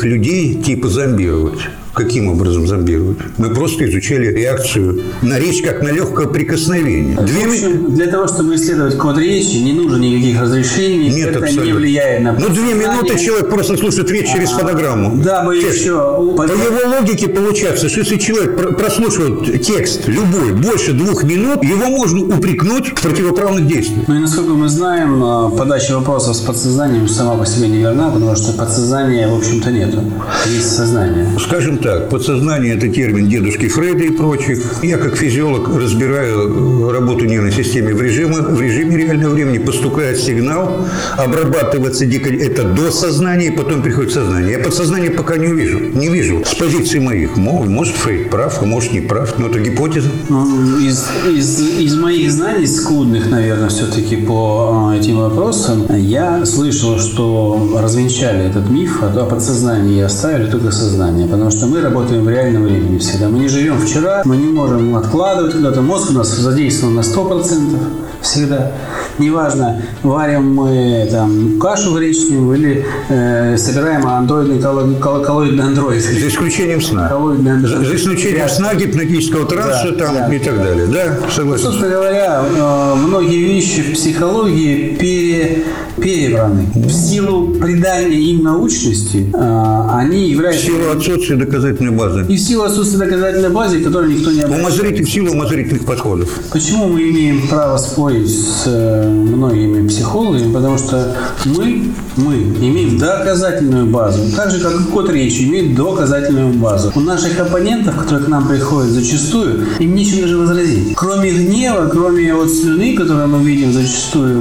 людей типа зомбировать. Каким образом зомбировать? Мы просто изучали реакцию на речь как на легкое прикосновение. Две... В общем, для того, чтобы исследовать код речи, не нужно никаких разрешений. Нет, это абсолютно. не влияет на... Ну, две минуты человек просто слушает речь через фонограммму. Да, мы Текст. еще... По его логике получается, что если человек прослушивает текст любой больше двух минут, его можно упрекнуть в противоправных действиях. Ну и насколько мы знаем, подача вопросов с подсознанием сама по себе не верна, потому что подсознания, в общем-то, нету. Есть сознание. Скажем так, подсознание – это термин дедушки Фрейда и прочих. Я, как физиолог, разбираю работу нервной системы в режиме, в режиме реального времени. Поступает сигнал, обрабатывается это до сознания, и потом приходит сознание. Я подсознание пока не увижу. Не вижу с позиции моих. Может, Фрейд прав, а может, не прав. Но это гипотеза. Ну, из, из, из моих знаний, скудных, наверное, все-таки по этим вопросам, я слышал, что развенчали этот миф о подсознании и оставили только сознание. Потому что мы работаем в реальном времени всегда. Мы не живем вчера, мы не можем откладывать куда-то. Мозг у нас задействован на сто процентов всегда. Неважно, варим мы там кашу гречневую или э, собираем андроидный коллоидный андроид. За исключением сна. За, за исключением сна, гипнотического транса, да, там, да. И так далее. Да, согласен. Собственно говоря, э, многие вещи в психологии пере, перебраны. В силу придания им научности э, они являются... В силу отсутствия доказательной базы. И в силу отсутствия доказательной базы, которой никто не обращает. Умозрительных, в силу умозрительных подходов. Почему мы имеем право спорить с э, многими психологами? Потому что мы, мы имеем доказательную базу. Так же, как и код речи имеет доказательную базу. У наших оппонентов, которые к нам приходят зачастую, им нечего даже возразить. Кроме гнева, кроме вот слюны, которую мы видим зачастую,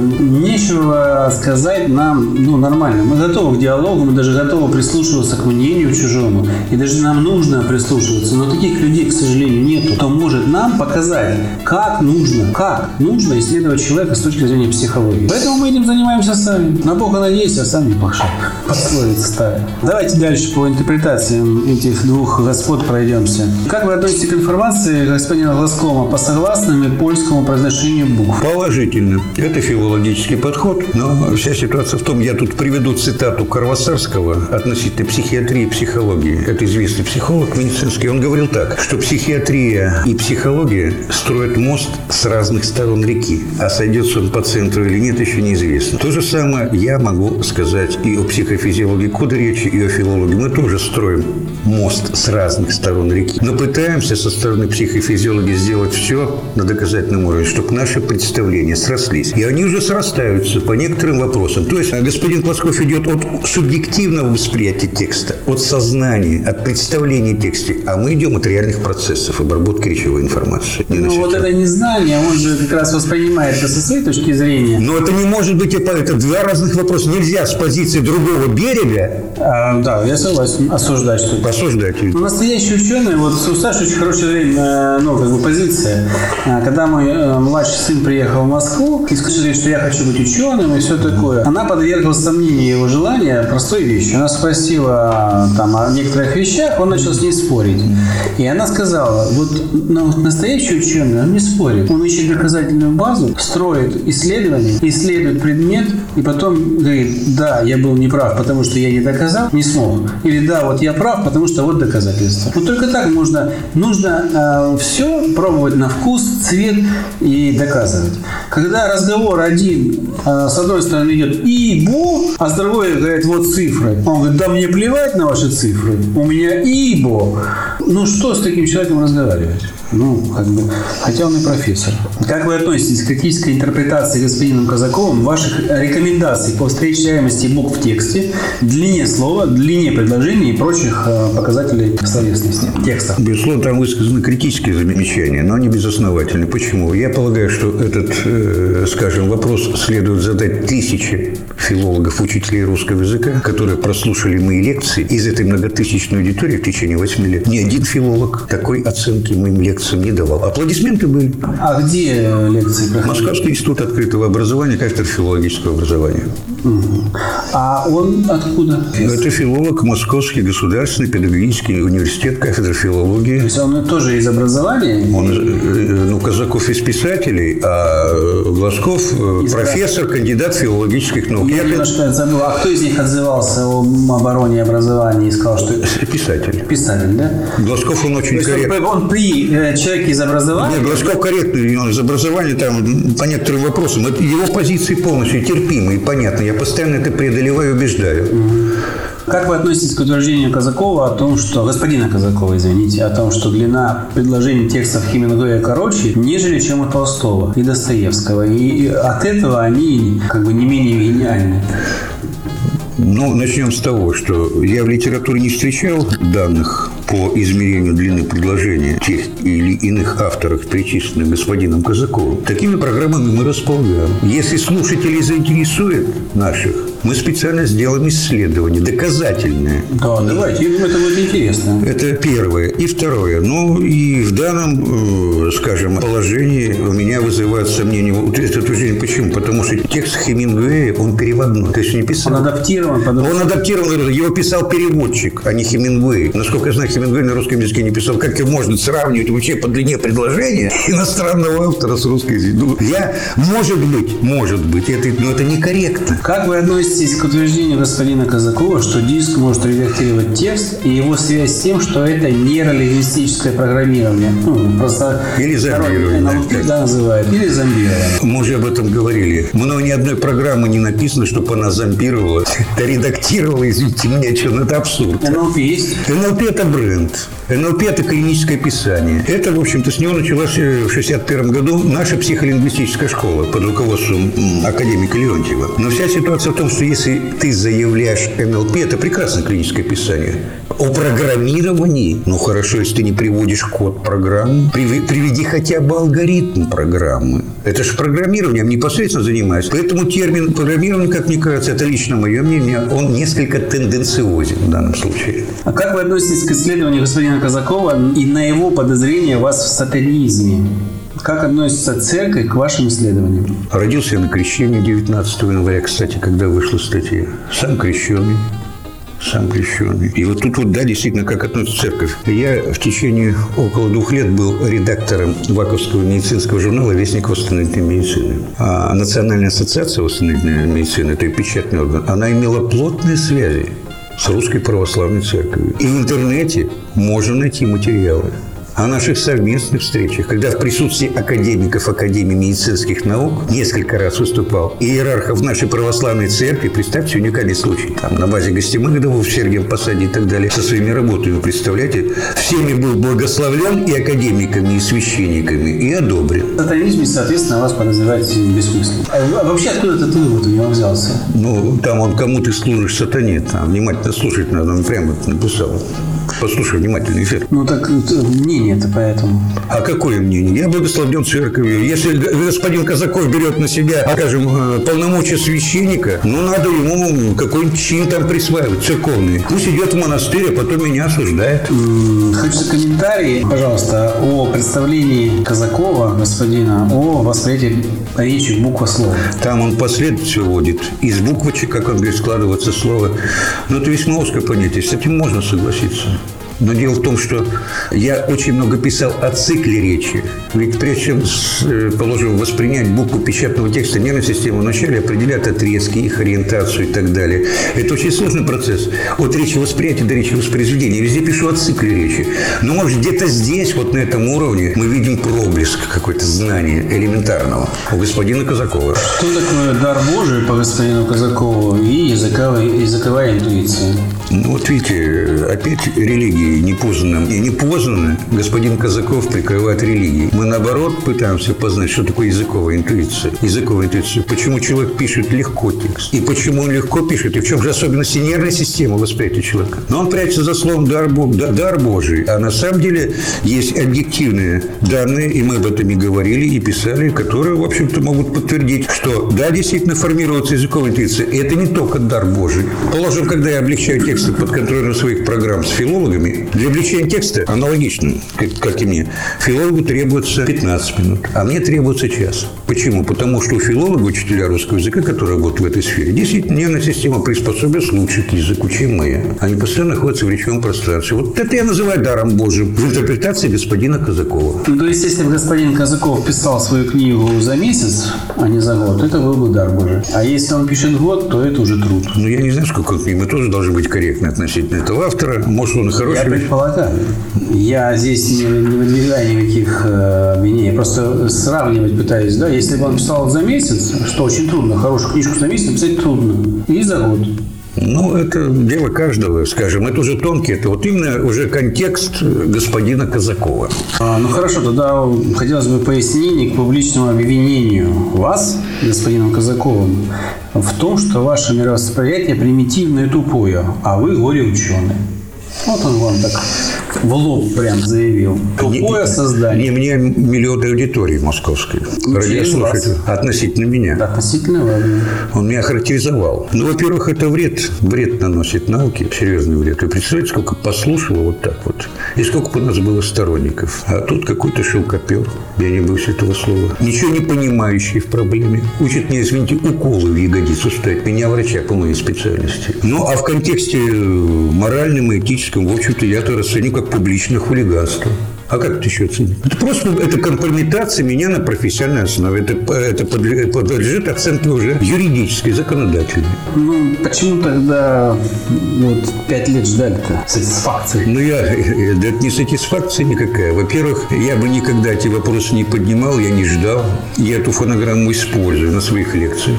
нечего сказать нам, ну, нормально. Мы готовы к диалогу, мы даже готовы прислушиваться к мнению чужому. И даже нам нужно прислушиваться. Но таких людей, к сожалению, нету. Кто может нам показать, как нужно, как нужно исследовать человека с точки зрения психологии. Поэтому мы этим занимаемся сами. На Бога надеюсь, а сам не пахшай. Пословица старая. Давайте дальше по интерпретациям этих двух господ пройдемся. Как вы относитесь к информации господина Глазкома по согласным и польскому произношению букв? Положительно. Это филологический подход. Но вся ситуация в том, я тут приведу цитату Кровосарского относительно психиатрии и психологии. Это известный психолог медицинский. Он говорил так, что психиатрия и психология строят мост с разных сторон реки. А сойдется он по центру или нет, еще неизвестно. То же самое я могу сказать и о психофизиологии кода речи, и о филологии. Мы тоже строим мост с разных сторон реки. Но пытаемся со стороны психофизиологии сделать все на доказательном уровне, чтобы наши представления срослись. И они уже срастаются по некоторым вопросам. То есть господин Плосков идет от субъективного восприятия текста, от сознания, от представления текста, а мы идем от реальных процессов обработки речевой информации. Ну вот это незнание, он же как раз воспринимает это со своей точки зрения. Но это не может быть, это два разных вопроса. Нельзя с позиции другого берега. А, да, я согласен осуждать что-то. Осуждать. Но настоящие ученые, вот у Саши очень хорошая, ну, как бы позиция. Когда мой младший сын приехал в Москву и сказал, что я хочу быть ученым и все такое, она подвергла сомнению его желания простой вещи. Она спросила там о некоторых вещах, он начал с ней спорить. И она сказала, вот ну, настоящий ученый, он не спорит. Он ищет доказательную базу, строит исследования, исследует предмет, и потом говорит, да, я был неправ, потому что я не доказал, не смог. Или да, вот я прав, потому что вот доказательства. Вот только так можно, нужно э, все пробовать на вкус, цвет и доказывать. Когда разговор один, э, с одной стороны идет ибо, а с другой говорит, вот цифры. Он говорит, да мне плевать на ваши цифры, у меня ибо. Ну что с таким человеком разговаривать? Ну, как бы, хотя он и профессор. Как вы относитесь к критической интерпретации господином Казаковым ваших рекомендаций по встречаемости букв в тексте, длине слова, длине предложений и прочих показателей словесности текста? Безусловно, там высказаны критические замечания, но они безосновательны. Почему? Я полагаю, что этот, э, скажем, вопрос следует задать тысячи филологов, учителей русского языка, которые прослушали мои лекции из этой многотысячной аудитории в течение восьми лет. Ни один филолог такой оценки моим лекциям не давал. Аплодисменты были. А где лекции проходили? Московский институт открытого образования, кафедра филологического образования. Угу. А он откуда? Это филолог, Московский государственный педагогический университет, кафедра филологии. То есть он тоже из образования? Он, ну, Казаков из писателей, а Глазков из профессор, кандидат филологии. филологических наук. Я немножко забыл, а кто из них отзывался о обороне образования и сказал, что... Писатель. Писатель, да? Глазков, он очень корректный. Он, он при э, человеке из образования... Нет, Глазков корректный, он из образования там по некоторым вопросам. Его позиции полностью терпимы и понятны. Я постоянно это преодолеваю и убеждаю. Угу. Как вы относитесь к утверждению Казакова о том, что... Господина Казакова, извините, о том, что длина предложений текстов Хемингуэя короче, нежели чем у Толстого и Достоевского. И от этого они как бы не менее гениальны. Ну, начнем с того, что я в литературе не встречал данных по измерению длины предложения тех или иных авторов, перечисленных господином Казаковым. Такими программами мы располагаем. Если слушателей заинтересует наших, мы специально сделаем исследование, доказательное. Да, давайте, это будет интересно. Это первое. И второе. Ну, и в данном, скажем, положении у меня вызывает сомнение это утверждение. Почему? Потому что текст Хемингуэя, он переводной. То есть не писал. Он адаптирован. Потому... Он адаптирован. Его писал переводчик, а не Хемингуэй. Насколько я знаю, Хемингуэй на русском языке не писал. Как его можно сравнивать вообще по длине предложения иностранного автора с русской языком? Ну, я, может быть, может быть, это, но это некорректно. Как вы относитесь к утверждению господина Казакова, что диск может редактировать текст и его связь с тем, что это нейролингвистическое программирование? Ну, просто или зомбирование. эн эл пи, да, называют. Или зомбирование. Мы уже об этом говорили. Мною ни одной программы не написано, чтобы она зомбировала. Это редактировала, извините меня, что, ну это абсурд. эн эл пи есть? эн эл пи – это бренд. эн эл пи – это клиническое писание. Это, в общем-то, с него началась в шестьдесят первом году наша психолингвистическая школа под руководством академика Леонтьева. Но вся ситуация в том, что если ты заявляешь эн эл пи, это прекрасное клиническое писание. О программировании, ну хорошо, если ты не приводишь код программы, приведи хотя бы алгоритм программы. Это же программированием непосредственно занимаюсь. Поэтому термин программирование, как мне кажется, это лично мое мнение, он несколько тенденциозен в данном случае. А как вы относитесь к исследованию господина Казакова и на его подозрение вас в сатанизме? Как относится церковь к вашим исследованиям? Родился я на крещении девятнадцатого января, кстати, когда вышла статья. Сам крещеный. Сам крещеный. И вот тут вот, да, действительно, как относится церковь. Я в течение около двух лет был редактором Ваковского медицинского журнала «Вестник восстановительной медицины». А Национальная ассоциация восстановительной медицины, это печатный орган, она имела плотные связи с Русской Православной Церковью. И в интернете можно найти материалы о наших совместных встречах, когда в присутствии академиков Академии медицинских наук несколько раз выступал иерархов нашей православной церкви. Представьте, уникальный случай. Там на базе Гостемырдова в Сергиевом Посаде и так далее. Со своими работами, представляете, всеми был благословлен и академиками, и священниками, и одобрен. В сатанизме, соответственно, вас подозревать бессмысленно. А вообще откуда этот вывод у него взялся? Ну, там он кому ты служишь, сатане. Там внимательно слушать надо, он прямо написал. Послушай внимательно эфир. Ну, так мнение это поэтому. А какое мнение? Я благословлен церковью. Если господин Казаков берет на себя, скажем, полномочия священника, ну, надо ему какой-нибудь чин там присваивать, церковный. Пусть идет в монастырь, а потом меня осуждает. Хочется комментарий, пожалуйста, о представлении Казакова, господина, о восприятии речи буква-слова. Там он последовательно вводит из буквочек, как он говорит, складывается слово. Но это весьма узкое понятие. С этим можно согласиться. Но дело в том, что я очень много писал о цикле речи. Ведь прежде чем, положим, воспринять букву печатного текста, нервная система вначале определяет отрезки, их ориентацию и так далее. Это очень сложный процесс. От речи восприятия до речи воспроизведения. Я везде пишу о цикле речи. Но, может, где-то здесь, вот на этом уровне, мы видим проблеск какой-то знания элементарного у господина Казакова. Что такое дар Божий по господину Казакову и языковая, языковая интуиция? Ну, вот видите, опять религия. Непознанным и непознанным господин Казаков прикрывает религией. Мы, наоборот, пытаемся познать, что такое языковая интуиция. Языковая интуиция. Почему человек пишет легко текст. И почему он легко пишет. И в чем же особенность нервной системы восприятия человека. Но он прячется за словом «дар, дар Божий». А на самом деле есть объективные данные, и мы об этом и говорили, и писали, которые, в общем-то, могут подтвердить, что, да, действительно формируется языковая интуиция. И это не только дар Божий. Положим, когда я облегчаю тексты под контролем своих программ с филологами, для облегчения текста аналогично, как, как и мне. Филологу требуется пятнадцать минут, а мне требуется час. Почему? Потому что у филолога, учителя русского языка, которые работают в этой сфере, действительно нервная система приспособилась лучше к языку, чем моя. Они постоянно находятся в речевом пространстве. Вот это я называю даром Божьим в интерпретации господина Казакова. Ну, то есть, если бы господин Казаков писал свою книгу за месяц, а не за год, это был бы дар Божий. А если он пишет год, то это уже труд. Ну, я не знаю, сколько книг. Мы тоже должны быть корректны относительно этого автора. Может, он хороший. Я предполагаю. Я здесь не, не выдвигаю никаких э, обвинений. Я просто сравнивать пытаюсь, да. Если бы он писал за месяц, что очень трудно, хорошую книжку за месяц написать трудно. И за год. Ну, это дело каждого, скажем. Это уже тонкий, это вот именно уже контекст господина Казакова. А, ну, хорошо, тогда хотелось бы пояснений к публичному обвинению вас, господином Казаковым, в том, что ваше мировосприятие примитивное и тупое, а вы горе-ученый. Вот он вам так в лоб прям заявил. Тупое создание. Не мне, миллионы аудитории московской. Радиослушателей. Относительно меня. Относительно вас. Он меня характеризовал. Ну, во-первых, это вред. Вред наносит науке. Серьезный вред. Вы представляете, сколько послушало вот так вот. И сколько бы у нас было сторонников. А тут какой-то шелкопер. Я не боюсь этого слова. Ничего не понимающий в проблеме. Учит мне, извините, уколы в ягодицу ставить. Меня врача по моей специальности. Ну, а в контексте моральном и этическом, в общем-то, я это расценю как публичное хулиганство. А как это еще оценить? Это просто это компрометация меня на профессиональной основе. Это, это подлежит оценке уже юридической, законодательной. Ну, почему тогда вот, пять лет ждали-то сатисфакции? Ну, я... Да это не сатисфакция никакая. Во-первых, я бы никогда эти вопросы не поднимал, я не ждал. Я эту фонограмму использую на своих лекциях.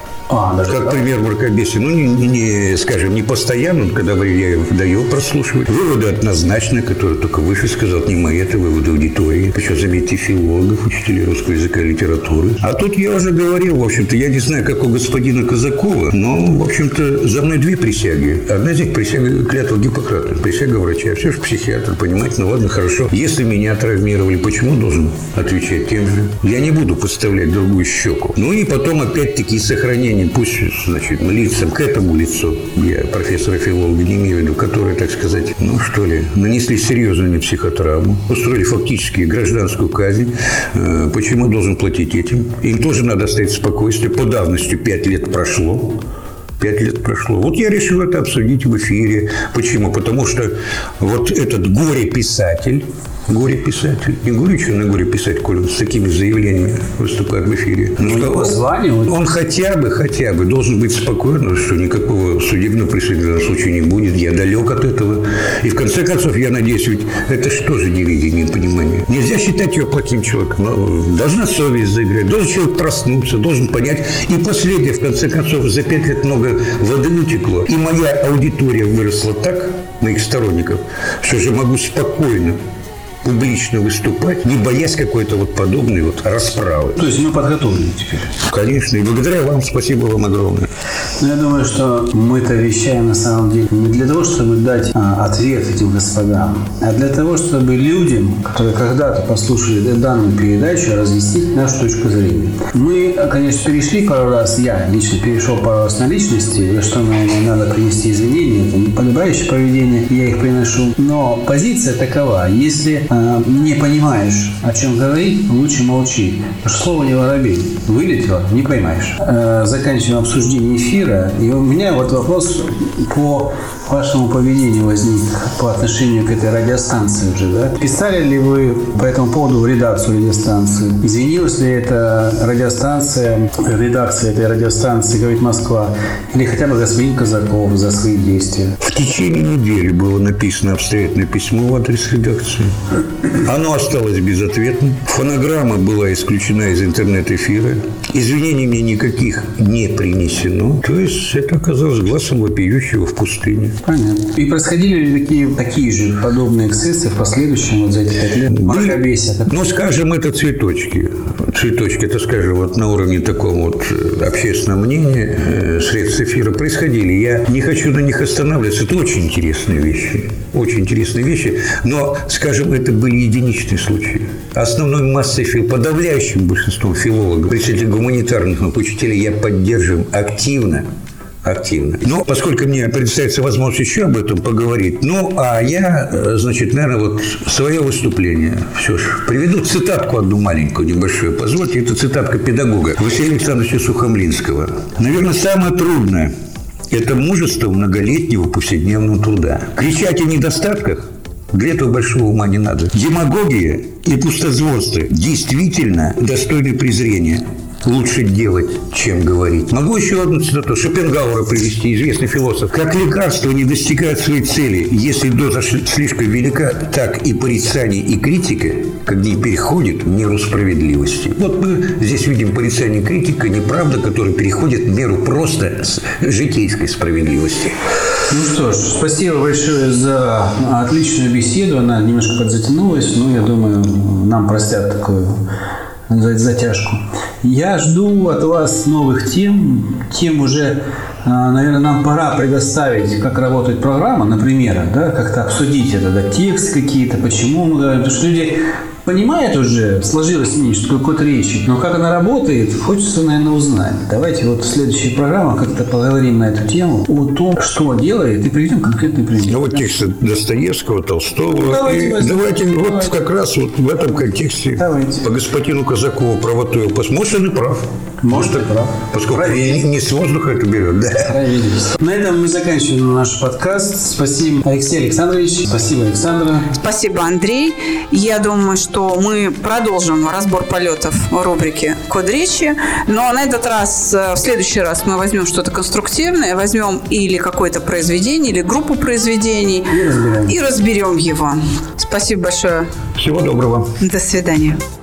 А, даже как так? пример мракобесия. Ну, не, не, не, скажем, не постоянно, когда я даю прослушивать. Выводы однозначные, которые только выше сказал, не мои, это выводы аудитории. Причем, заметьте, филологов, учителей русского языка и литературы. А тут я уже говорил, в общем-то, я не знаю, как у господина Казакова, но, в общем-то, за мной две присяги. Одна из них присяга клятва Гиппократа, присяга врача. Все же психиатр, понимаете, ну ладно, хорошо. Если меня травмировали, почему должен отвечать тем же? Я не буду подставлять другую щеку. Ну и потом, опять-таки, сохранение. Пусть, значит, лицам к этому лицу, я профессора-филолога не имею в виду, которые, так сказать, ну, что ли, нанесли серьезную психотравму, устроили фактически гражданскую казнь. Почему должен платить этим? Им тоже надо оставить спокойствие. По давностью пять лет прошло. Пять лет прошло. Вот я решил это обсудить в эфире. Почему? Потому что вот этот горе-писатель, горе-писатель, не горе-ученый, горе-писатель, коль он с такими заявлениями выступает в эфире. Ну, что он, он хотя бы, хотя бы должен быть спокоен, что никакого судебного преследования в данном случае не будет. Я далек от этого. И в конце концов, я надеюсь, ведь это что же невидение, понимание? Нельзя считать его плохим человеком. Но должна совесть заиграть. Должен человек проснуться, должен понять. И последнее, в конце концов, за пять лет много воды утекло. И моя аудитория выросла так, моих сторонников, что же могу спокойно публично выступать, не боясь какой-то вот подобной вот расправы. То есть мы подготовлены теперь? Конечно. И благодаря вам, спасибо вам огромное. Ну, я думаю, что мы-то вещаем на самом деле не для того, чтобы дать а, ответ этим господам, а для того, чтобы людям, которые когда-то послушали данную передачу, разъяснить нашу точку зрения. Мы, конечно, перешли пару раз, я лично перешел пару раз на личности, за что нам надо принести извинения, это неподобающее поведение, я их приношу. Но позиция такова, если не понимаешь, о чем говорить, лучше молчи. Потому что слово не воробей. Вылетело, не поймаешь. Заканчиваем обсуждение эфира. И у меня вот вопрос по вашему поведению возник по отношению к этой радиостанции уже, да? Писали ли вы по этому поводу в редакцию радиостанции? Извинилась ли эта радиостанция, редакция этой радиостанции, говорит Москва, или хотя бы господин Казаков за свои действия? В течение недели было написано обстоятельное письмо в адрес редакции. Оно осталось безответным. Фонограмма была исключена из интернет-эфира. Извинений мне никаких не принесено. То есть это оказалось глазом вопиющего в пустыне. Понятно. И происходили ли такие, такие же подобные эксцессы в последующем вот за эти пять лет? Мракобесие. Ну, скажем, это цветочки. Цветочки, это, скажем, вот на уровне такого вот общественного мнения средств эфира происходили. Я не хочу на них останавливаться. Это очень интересные вещи. Очень интересные вещи. Но, скажем, это были единичные случаи. Основной массой, подавляющим большинством филологов, представителей гуманитарных наук, учителей я поддерживаю активно активно. Но поскольку мне представится возможность еще об этом поговорить, ну, а я, значит, наверное, вот свое выступление все же приведу цитатку одну маленькую, небольшую. Позвольте, это цитатка педагога Василия Александровича Сухомлинского. Наверное, самое трудное – это мужество многолетнего повседневного труда. Кричать о недостатках для этого большого ума не надо. Демагогия и пустозвонство действительно достойны презрения. Лучше делать, чем говорить. Могу еще одну цитату Шопенгауэра привести, известный философ. Как лекарства не достигают своей цели, если доза слишком велика, так и порицание и критика, когда переходит в меру справедливости. Вот мы здесь видим порицание и критика, неправда, которая переходит в меру просто житейской справедливости. Ну что ж, спасибо большое за отличную беседу. Она немножко подзатянулась, но я думаю, нам простят такую затяжку. Я жду от вас новых тем. Тем уже, наверное, нам пора предоставить, как работает программа, на примерах, да, как-то обсудить это, да, текст какие-то, почему мы говорим. Потому что люди понимают уже, сложилось мнение, что такое код речи, но как она работает, хочется, наверное, узнать. Давайте вот в следующей программе как-то поговорим на эту тему, о том, что делает, и приведем конкретный пример. Ну, вот тексты Достоевского, Толстого. Давайте, и давайте, давайте вот как раз вот в этом контексте давайте. По господину Казакову правоту его посмотрим. Может, он и прав. Может, Может и прав. Поскольку не, не с воздуха это берет. Да. На этом мы заканчиваем наш подкаст. Спасибо, Алексей Александрович. Спасибо, Александра. Спасибо, Андрей. Я думаю, что мы продолжим разбор полетов в рубрике «Код речи». Но на этот раз, в следующий раз мы возьмем что-то конструктивное, возьмем или какое-то произведение, или группу произведений и разберем, и разберем его. Спасибо большое. Всего доброго. До свидания.